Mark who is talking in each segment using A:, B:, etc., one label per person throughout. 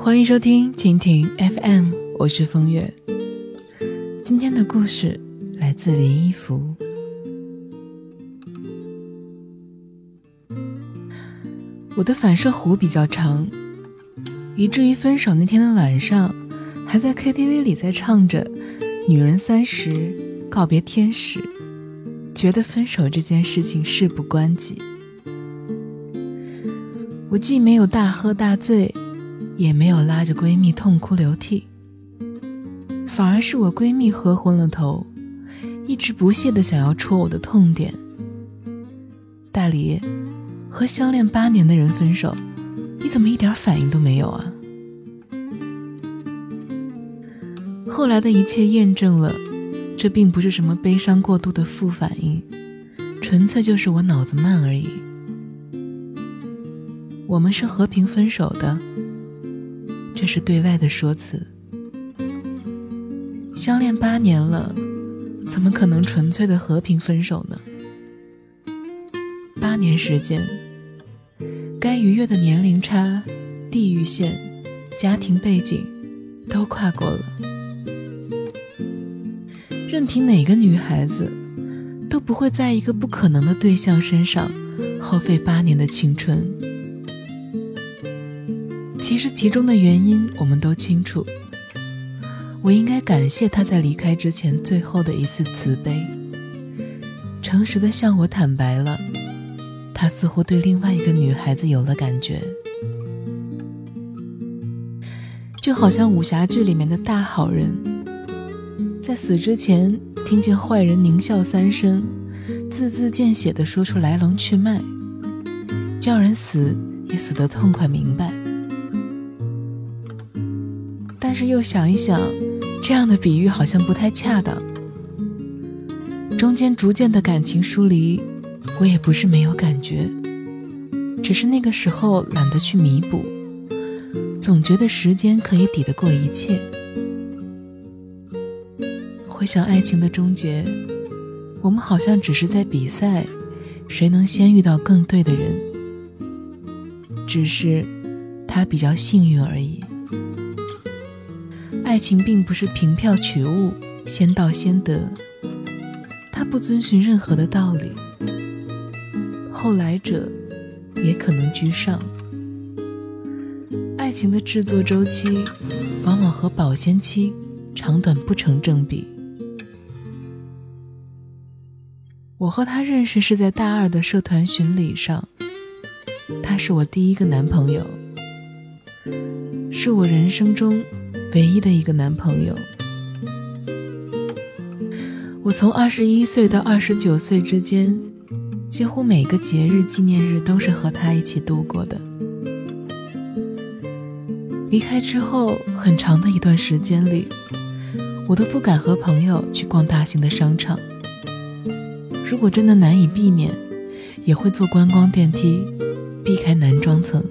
A: 欢迎收听蜻蜓 FM， 我是风月。今天的故事来自林一福。我的反射弧比较长，以至于分手那天的晚上还在 KTV 里在唱着女人30告别天使，觉得分手这件事情事不关己。我既没有大喝大醉，也没有拉着闺蜜痛哭流涕，反而是我闺蜜喝昏了头，一直不懈地想要戳我的痛点。大李，和相恋8年的人分手，你怎么一点反应都没有啊？后来的一切验证了，这并不是什么悲伤过度的负反应，纯粹就是我脑子慢而已。我们是和平分手的，这是对外的说辞。相恋8年了，怎么可能纯粹的和平分手呢？8年时间，该逾越的年龄差、地域线、家庭背景都跨过了。任凭哪个女孩子都不会在一个不可能的对象身上耗费8年的青春。其实其中的原因我们都清楚，我应该感谢他在离开之前最后的一次慈悲，诚实地向我坦白了他似乎对另外一个女孩子有了感觉。就好像武侠剧里面的大好人，在死之前听见坏人狞笑3声，字字见血地说出来龙去脉，叫人死也死得痛快明白。但是又想一想，这样的比喻好像不太恰当。中间逐渐的感情疏离，我也不是没有感觉，只是那个时候懒得去弥补，总觉得时间可以抵得过一切。回想爱情的终结，我们好像只是在比赛，谁能先遇到更对的人，只是他比较幸运而已。爱情并不是凭票取物，先到先得，它不遵循任何的道理，后来者也可能居上。爱情的制作周期往往和保鲜期长短不成正比。我和他认识是在大2的社团巡礼上，他是我第一个男朋友，是我人生中唯一的一个男朋友。我从21岁到29岁之间，几乎每个节日纪念日都是和他一起度过的。离开之后很长的一段时间里，我都不敢和朋友去逛大型的商场，如果真的难以避免，也会坐观光电梯，避开男装层。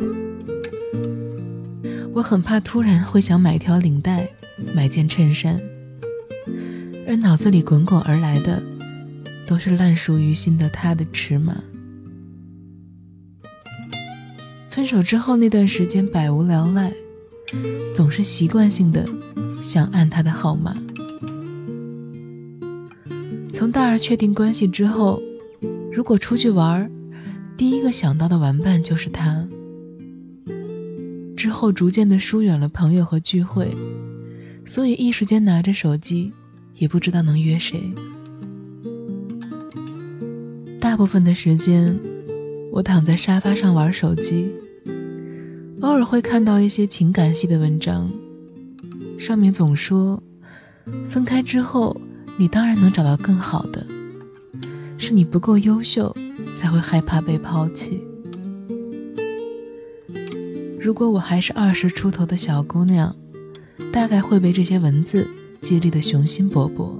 A: 我很怕突然会想买条领带，买件衬衫，而脑子里滚滚而来的都是烂熟于心的他的尺码。分手之后那段时间百无聊赖，总是习惯性的想按他的号码。从大2确定关系之后，如果出去玩，第一个想到的玩伴就是他。之后逐渐的疏远了朋友和聚会，所以一时间拿着手机也不知道能约谁。大部分的时间我躺在沙发上玩手机，偶尔会看到一些情感系的文章，上面总说分开之后你当然能找到更好的，是你不够优秀才会害怕被抛弃。如果我还是20出头的小姑娘，大概会被这些文字激励得雄心勃勃。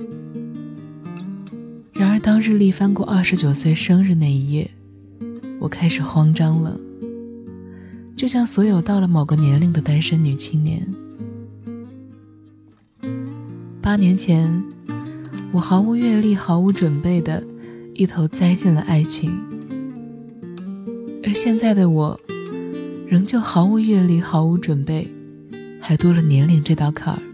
A: 然而当日历翻过29岁生日那一页，我开始慌张了，就像所有到了某个年龄的单身女青年。8年前，我毫无阅历毫无准备的一头栽进了爱情，而现在的我仍旧毫无阅历，毫无准备，还多了年龄这道坎儿。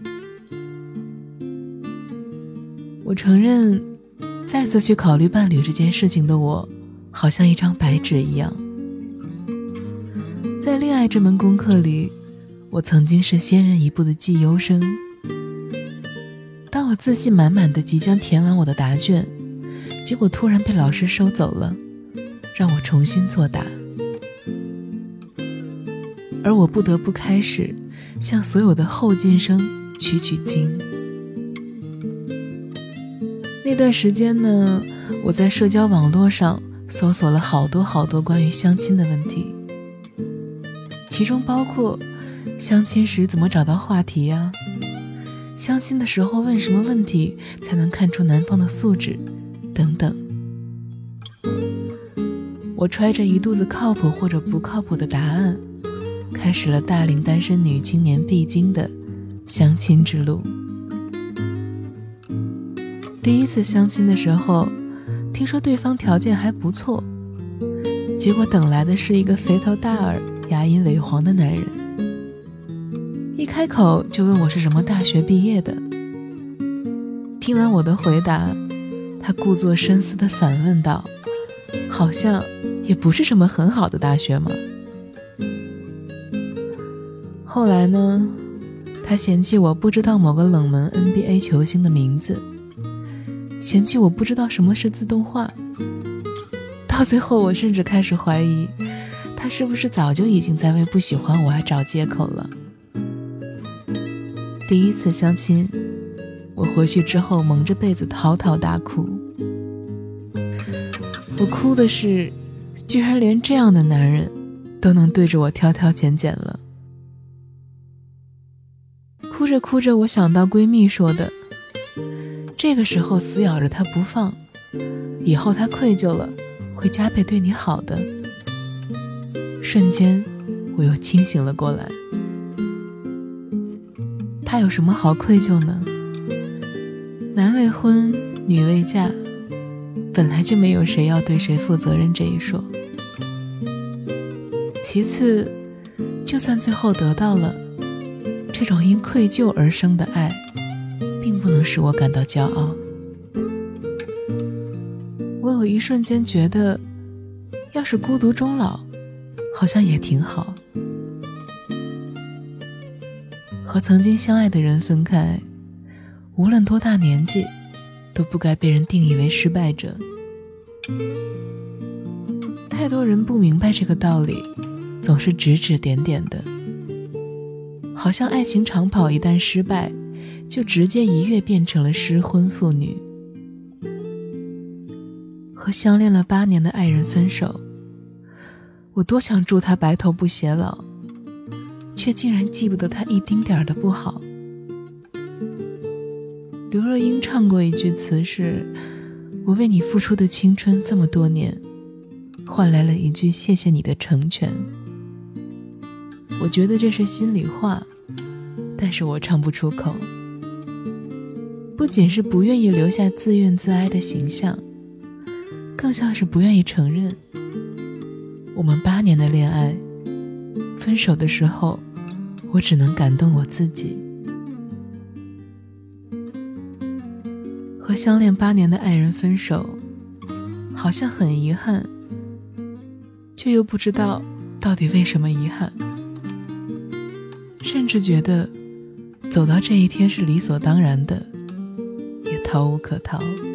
A: 我承认，再次去考虑伴侣这件事情的我，好像一张白纸一样。在恋爱这门功课里，我曾经是先人一步的绩优生。当我自信满满的即将填完我的答卷，结果突然被老师收走了，让我重新作答。而我不得不开始向所有的后进生取经。那段时间呢，我在社交网络上搜索了好多关于相亲的问题，其中包括相亲时怎么找到话题呀，相亲的时候问什么问题才能看出男方的素质等等。我揣着一肚子靠谱或者不靠谱的答案，开始了大龄单身女青年必经的相亲之路。第一次相亲的时候，听说对方条件还不错，结果等来的是一个肥头大耳、牙龈萎黄的男人。一开口就问我是什么大学毕业的。听完我的回答，他故作深思地反问道：好像也不是什么很好的大学嘛。后来呢，他嫌弃我不知道某个冷门 NBA 球星的名字，嫌弃我不知道什么是自动化。到最后我甚至开始怀疑，他是不是早就已经在为不喜欢我而找借口了。第一次相亲，我回去之后蒙着被子嚎啕大哭。我哭的是，居然连这样的男人都能对着我挑挑拣拣了。哭着哭着，我想到闺蜜说的，这个时候死咬着他不放，以后他愧疚了，会加倍对你好的。瞬间，我又清醒了过来。他有什么好愧疚呢？男未婚，女未嫁，本来就没有谁要对谁负责任这一说。其次，就算最后得到了，这种因愧疚而生的爱，并不能使我感到骄傲。我有一瞬间觉得，要是孤独终老，好像也挺好。和曾经相爱的人分开，无论多大年纪，都不该被人定义为失败者。太多人不明白这个道理，总是指指点点的，好像爱情长跑一旦失败，就直接一跃变成了失婚妇女。和相恋了8年的爱人分手，我多想祝他白头不偕老，却竟然记不得他一丁点儿的不好。刘若英唱过一句词是：我为你付出的青春这么多年，换来了一句谢谢你的成全。我觉得这是心里话，但是我唱不出口。不仅是不愿意留下自怨自哀的形象，更像是不愿意承认，我们8年的恋爱，分手的时候，我只能感动我自己。和相恋8年的爱人分手，好像很遗憾，却又不知道到底为什么遗憾，甚至觉得走到这一天是理所当然的，也逃无可逃。